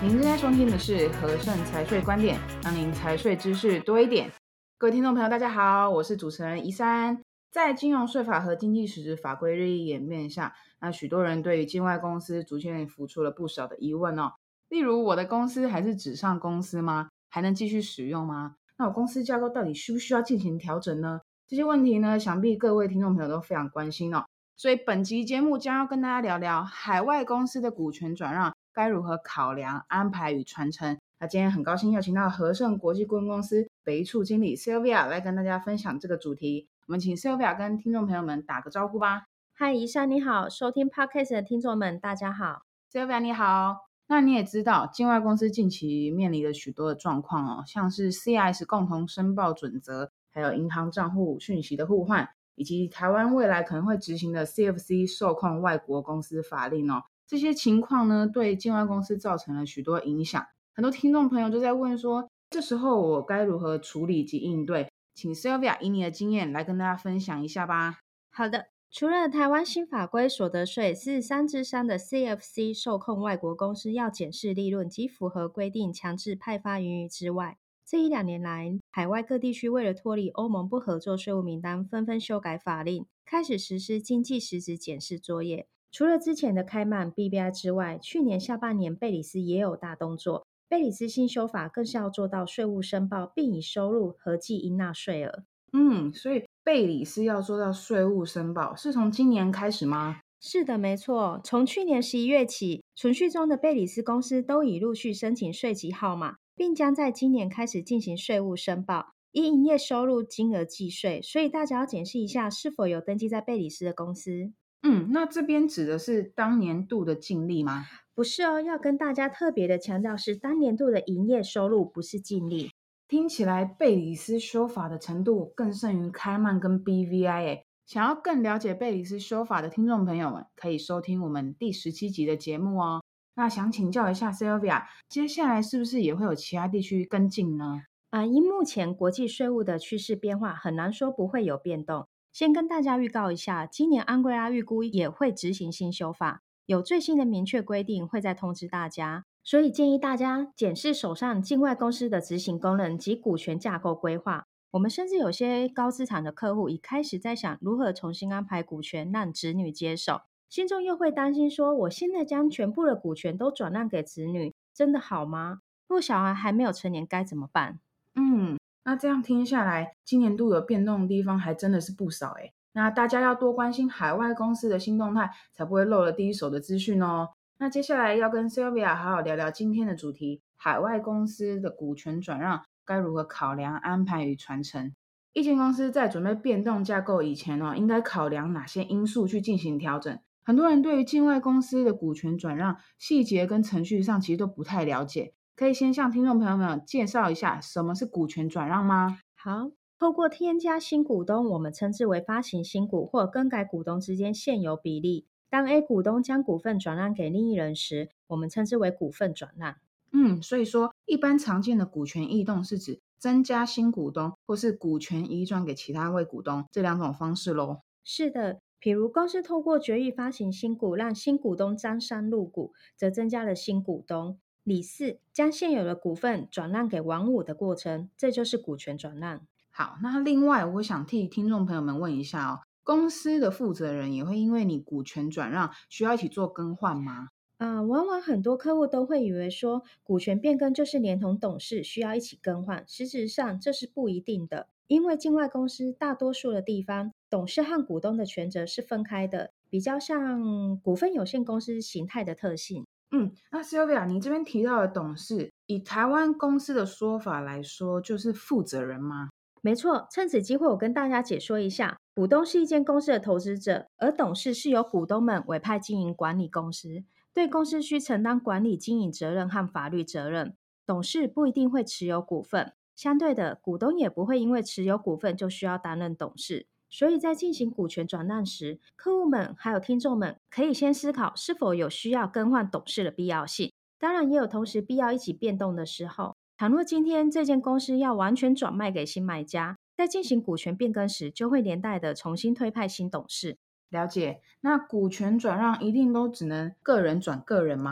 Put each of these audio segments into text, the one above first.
您正在收听的是和盛财税观点，让您财税知识多一点。各位听众朋友大家好，我是主持人怡珊。在金融税法和经济实质法规日益演变下，那许多人对于境外公司逐渐浮出了不少的疑问哦。例如，我的公司还是纸上公司吗？还能继续使用吗？那我公司架构到底需不需要进行调整呢？这些问题呢，想必各位听众朋友都非常关心哦。所以本集节目将要跟大家聊聊海外公司的股权转让该如何考量、安排与传承。那今天很高兴邀请到和盛国际顾问公司北一处经理 Sylvia 来跟大家分享这个主题。我们请 Sylvia 跟听众朋友们打个招呼吧。 嗨，怡珊你好，收听 Podcast 的听众们大家好。 Sylvia 你好。那你也知道，境外公司近期面临了许多的状况哦，像是 CIS 共同申报准则，还有银行账户讯息的互换，以及台湾未来可能会执行的 CFC 受控外国公司法令哦。这些情况呢，对境外公司造成了许多影响。很多听众朋友就在问说，这时候我该如何处理及应对？请 Sylvia 以你的经验来跟大家分享一下吧。 好的，除了台湾新法规所得税43之3的 CFC 受控外国公司要检视利润及符合规定强制派发盈余之外，这1-2年来，海外各地区为了脱离欧盟不合作税务名单，纷纷修改法令，开始实施经济实质检视作业。除了之前的开曼 BVI 之外，去年下半年贝里斯也有大动作。贝里斯新修法更是要做到税务申报，并以收入合计应纳税额。 所以贝里斯要做到税务申报，是从今年开始吗？ 是的，没错。从去年11月起，存续中的贝里斯公司都已陆续申请税籍号码，并将在今年开始进行税务申报，依营业收入金额计税。所以大家要检视一下是否有登记在贝里斯的公司。 那这边指的是当年度的净利吗？ 不是哦，要跟大家特别的强调是当年度的营业收入，不是净利。 听起来贝里斯修法的程度更胜于开曼跟 BVI 想要更了解贝里斯修法的听众朋友们，可以收听我们第17集的节目哦。那想请教一下 Sylvia， 接下来是不是也会有其他地区跟进呢？ 因目前国际税务的趋势变化，很难说不会有变动。先跟大家预告一下，今年安圭拉预估也会执行新修法，有最新的明确规定会再通知大家，所以建议大家检视手上境外公司的执行功能及股权架构规划。我们甚至有些高资产的客户已开始在想如何重新安排股权让子女接手，心中又会担心说，我现在将全部的股权都转让给子女，真的好吗？若小孩还没有成年该怎么办？ 那这样听下来，今年度有变动的地方还真的是不少那大家要多关心海外公司的新动态，才不会漏了第一手的资讯哦。那接下来要跟 Sylvia 好好聊聊今天的主题，海外公司的股权转让该如何考量、安排与传承。一间公司在准备变动架构以前应该考量哪些因素去进行调整？很多人对于境外公司的股权转让细节跟程序上其实都不太了解，可以先向听众朋友们介绍一下什么是股权转让吗？ 好，透过添加新股东，我们称之为发行新股或更改股东之间现有比例。当 A 股东将股份转让给另一人时，我们称之为股份转让。 所以说一般常见的股权异动是指增加新股东或是股权移转给其他位股东这两种方式咯。 是的，比如公司透过决议发行新股，让新股东张三入股，则增加了新股东。李四将现有的股份转让给王五的过程，这就是股权转让。 好，那另外我想替听众朋友们问一下公司的负责人也会因为你股权转让需要一起做更换吗？ 往往很多客户都会以为说股权变更就是连同董事需要一起更换，实质上这是不一定的，因为境外公司大多数的地方，董事和股东的权责是分开的，比较像股份有限公司形态的特性。 那 Sylvia 你这边提到的董事，以台湾公司的说法来说，就是负责人吗？ 没错，趁此机会我跟大家解说一下，股东是一间公司的投资者，而董事是由股东们委派经营管理公司，对公司需承担管理经营责任和法律责任。董事不一定会持有股份，相对的，股东也不会因为持有股份就需要担任董事。所以在进行股权转让时，客户们还有听众们可以先思考是否有需要更换董事的必要性，当然也有同时必要一起变动的时候。倘若今天这间公司要完全转卖给新买家，在进行股权变更时，就会连带的重新推派新董事。 了解。那股权转让一定都只能个人转个人吗？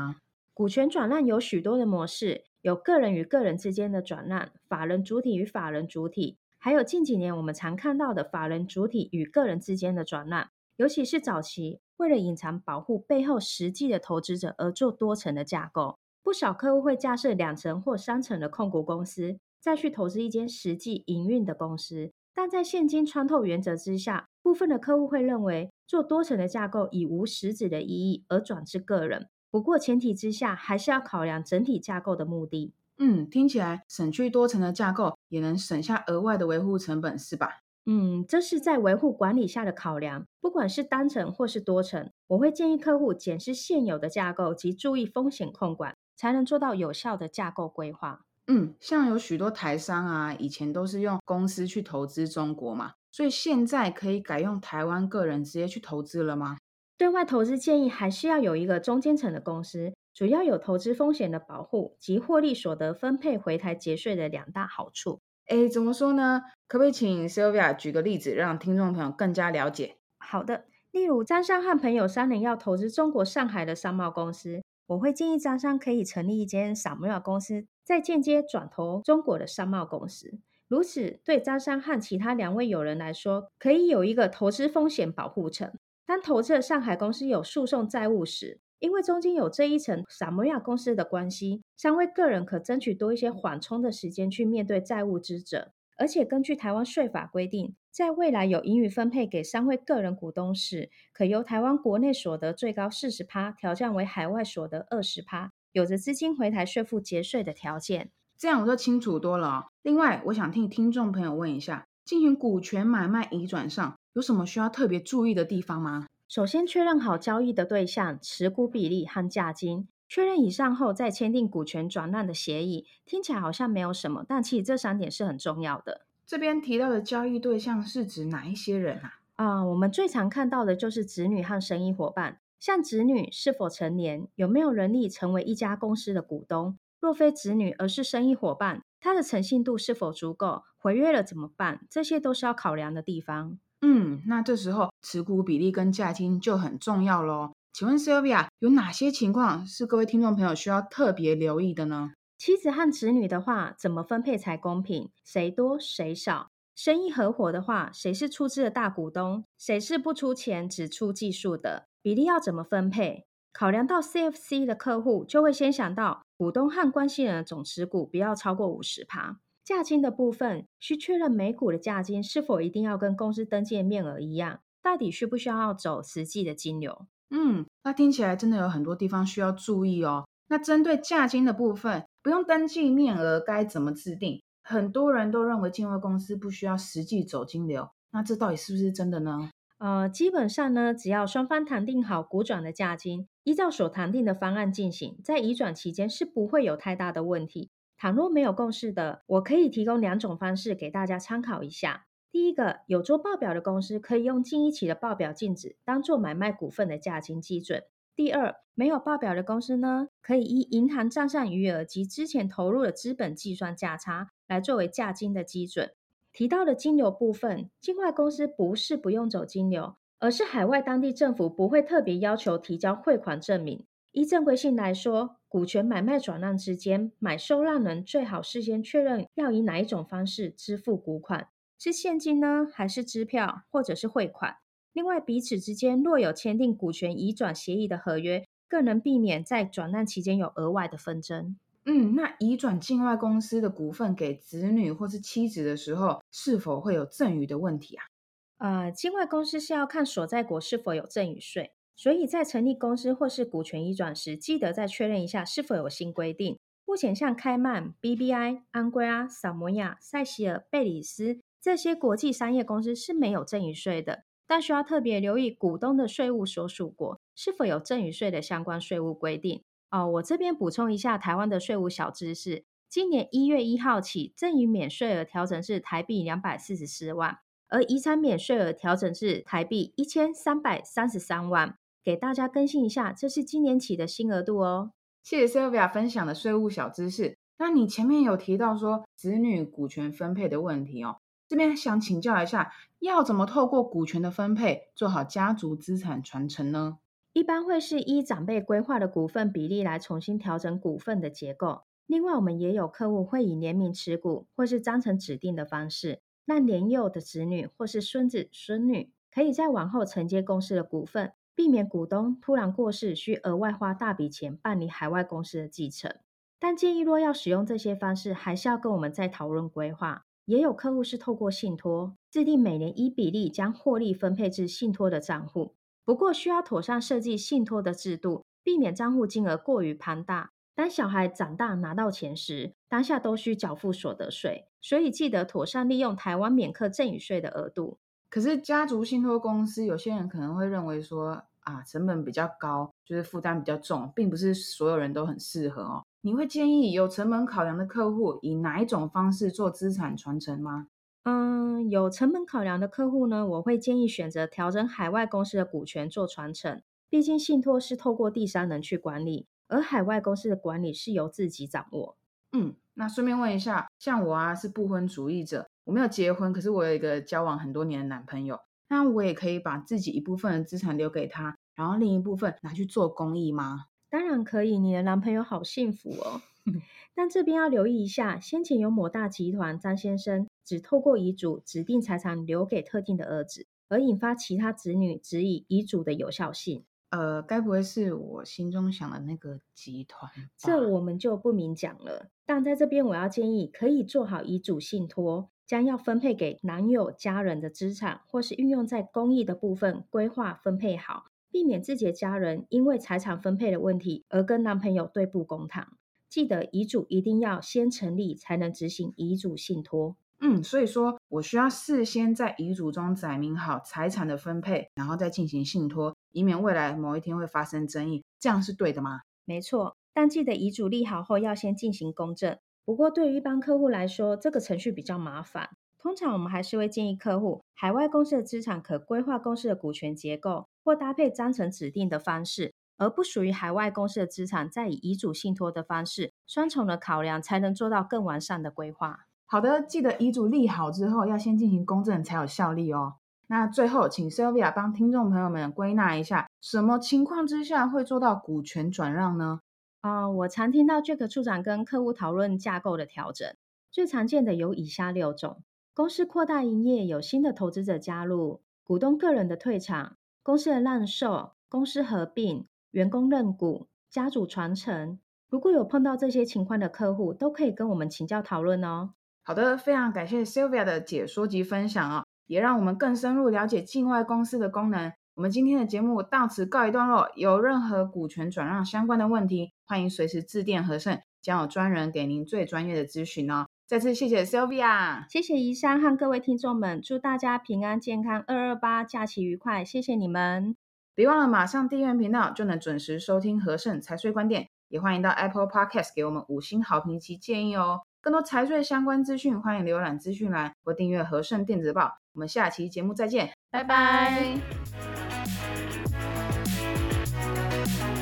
股权转让有许多的模式，有个人与个人之间的转让，法人主体与法人主体，还有近几年我们常看到的法人主体与个人之间的转让。尤其是早期，为了隐藏保护背后实际的投资者而做多层的架构，不少客户会架设2层或3层的控股公司，再去投资一间实际营运的公司。但在现金穿透原则之下，部分的客户会认为做多层的架构已无实质的意义，而转至个人。不过前提之下，还是要考量整体架构的目的。 听起来省去多层的架构，也能省下额外的维护成本，是吧？ 这是在维护管理下的考量，不管是单层或是多层，我会建议客户检视现有的架构及注意风险控管，才能做到有效的架构规划。 像有许多台商啊，以前都是用公司去投资中国嘛，所以现在可以改用台湾个人直接去投资了吗？ 对外投资建议还是要有一个中间层的公司，主要有投资风险的保护及获利所得分配回台节税的2大好处。 怎么说呢？可不可以请 Sylvia 举个例子，让听众朋友更加了解？ 好的，例如张商和朋友3人要投资中国上海的商贸公司，我会建议张商可以成立一间扫描公司，再间接转投中国的商贸公司。如此对张商和其他2位友人来说，可以有一个投资风险保护层。当投资的上海公司有诉讼债务时，因为中间有这一层萨摩亚公司的关系，3位个人可争取多一些缓冲的时间去面对债务之责。而且根据台湾税法规定，在未来有盈余分配给3位个人股东时，可由台湾国内所得最高40%调降为海外所得20%，有着资金回台税负节税的条件。 这样我就清楚多了哦。另外，我想替听众朋友问一下，进行股权买卖移转上有什么需要特别注意的地方吗？ 首先确认好交易的对象、持股比例和价金，确认以上后再签订股权转让的协议。听起来好像没有什么，但其实这3点是很重要的。 这边提到的交易对象是指哪一些人啊？ 我们最常看到的就是子女和生意伙伴。像子女是否成年，有没有能力成为一家公司的股东？若非子女，而是生意伙伴，他的诚信度是否足够？毁约了怎么办？这些都是要考量的地方。 那这时候持股比例跟价金就很重要咯。请问 Sylvia 有哪些情况是各位听众朋友需要特别留意的呢？ 妻子和子女的话，怎么分配才公平？谁多谁少？生意合伙的话，谁是出资的大股东？谁是不出钱只出技术的？比例要怎么分配？考量到 CFC 的客户，就会先想到股东和关系人的总持股不要超过50%。价金的部分，需确认每股的价金是否一定要跟公司登记的面额一样，到底需不需要走实际的金流？ 那听起来真的有很多地方需要注意哦。那针对价金的部分，不用登记面额该怎么制定？很多人都认为境外公司不需要实际走金流，那这到底是不是真的呢？ 基本上呢，只要双方谈定好股转的价金，依照所谈定的方案进行，在移转期间是不会有太大的问题。倘若没有共识的，我可以提供2种方式给大家参考一下。第一个，有做报表的公司可以用近一期的报表净值当做买卖股份的价金基准。第二，没有报表的公司呢，可以依银行账上余额及之前投入的资本计算价差来作为价金的基准。提到的金流部分，境外公司不是不用走金流，而是海外当地政府不会特别要求提交汇款证明。依正规性来说，股权买卖转让之间，买受让人最好事先确认要以哪一种方式支付股款，是现金呢，还是支票，或者是汇款。另外，彼此之间若有签订股权移转协议的合约，更能避免在转让期间有额外的纷争。 那移转境外公司的股份给子女或是妻子的时候，是否会有赠与的问题啊？ 境外公司是要看所在国是否有赠与税，所以在成立公司或是股权移转时，记得再确认一下是否有新规定。目前像开曼、BBI、安圭拉、萨摩亚、塞西尔、贝里斯这些国际商业公司是没有赠与税的，但需要特别留意股东的税务所属国是否有赠与税的相关税务规定。我这边补充一下台湾的税务小知识。今年1月1号起，赠与免税额调整是台币244万，而遗产免税额调整是台币1333万。给大家更新一下，这是今年起的新额度哦。 谢谢 Sylvia 分享的税务小知识。那你前面有提到说子女股权分配的问题哦，这边想请教一下，要怎么透过股权的分配做好家族资产传承呢？ 一般会是依长辈规划的股份比例来重新调整股份的结构。另外，我们也有客户会以联名持股或是章程指定的方式，让年幼的子女或是孙子孙女可以在往后承接公司的股份，避免股东突然过世需额外花大笔钱办理海外公司的继承。但建议若要使用这些方式，还是要跟我们再讨论规划。也有客户是透过信托制定每年依比例将获利分配至信托的账户，不过需要妥善设计信托的制度，避免账户金额过于庞大。当小孩长大拿到钱时，当下都需缴付所得税，所以记得妥善利用台湾免课赠与税的额度。 可是家族信托公司，有些人可能会认为说成本比较高，就是负担比较重，并不是所有人都很适合哦。你会建议有成本考量的客户以哪一种方式做资产传承吗？ 有成本考量的客户呢，我会建议选择调整海外公司的股权做传承，毕竟信托是透过第三人去管理，而海外公司的管理是由自己掌握。 那顺便问一下，像我是不婚主义者，我没有结婚，可是我有一个交往很多年的男朋友，那我也可以把自己一部分的资产留给他，然后另一部分拿去做公益吗？ 当然可以，你的男朋友好幸福哦。但这边要留意一下，先前有某大集团张先生只透过遗嘱指定财产留给特定的儿子，而引发其他子女质疑遗嘱的有效性。 该不会是我心中想的那个集团吧？ 这我们就不明讲了。但在这边我要建议，可以做好遗嘱信托，将要分配给男友家人的资产，或是运用在公益的部分规划分配好，避免自己的家人因为财产分配的问题而跟男朋友对簿公堂。记得遗嘱一定要先成立，才能执行遗嘱信托。 所以说我需要事先在遗嘱中载明好财产的分配，然后再进行信托，以免未来某一天会发生争议，这样是对的吗？ 没错，但记得遗嘱立好后要先进行公证。不过对于一般客户来说，这个程序比较麻烦。通常我们还是会建议客户，海外公司的资产可规划公司的股权结构，或搭配章程指定的方式，而不属于海外公司的资产，再以遗嘱信托的方式，双重的考量才能做到更完善的规划。 好的，记得遗嘱立好之后要先进行公证才有效力哦。那最后请 Sylvia 帮听众朋友们归纳一下，什么情况之下会做到股权转让呢？ 我常听到 Jack 处长跟客户讨论架构的调整，最常见的有以下6种：公司扩大营业，有新的投资者加入，股东个人的退场，公司的让售，公司合并，员工认股，家族传承。如果有碰到这些情况的客户，都可以跟我们请教讨论哦。 好的，非常感谢 Sylvia 的解说及分享哦，也让我们更深入了解境外公司的功能。我们今天的节目到此告一段落，有任何股权转让相关的问题，欢迎随时致电和盛，将有专人给您最专业的咨询哦。再次谢谢 Sylvia， 谢谢宜山和各位听众们，祝大家平安健康，228假期愉快，谢谢你们。 别忘了马上订阅频道，就能准时收听和盛财税观点，也欢迎到 Apple Podcast 给我们5星好评及建议哦。更多财税相关资讯，欢迎浏览资讯栏或订阅和盛电子报。我们下期节目再见，拜拜。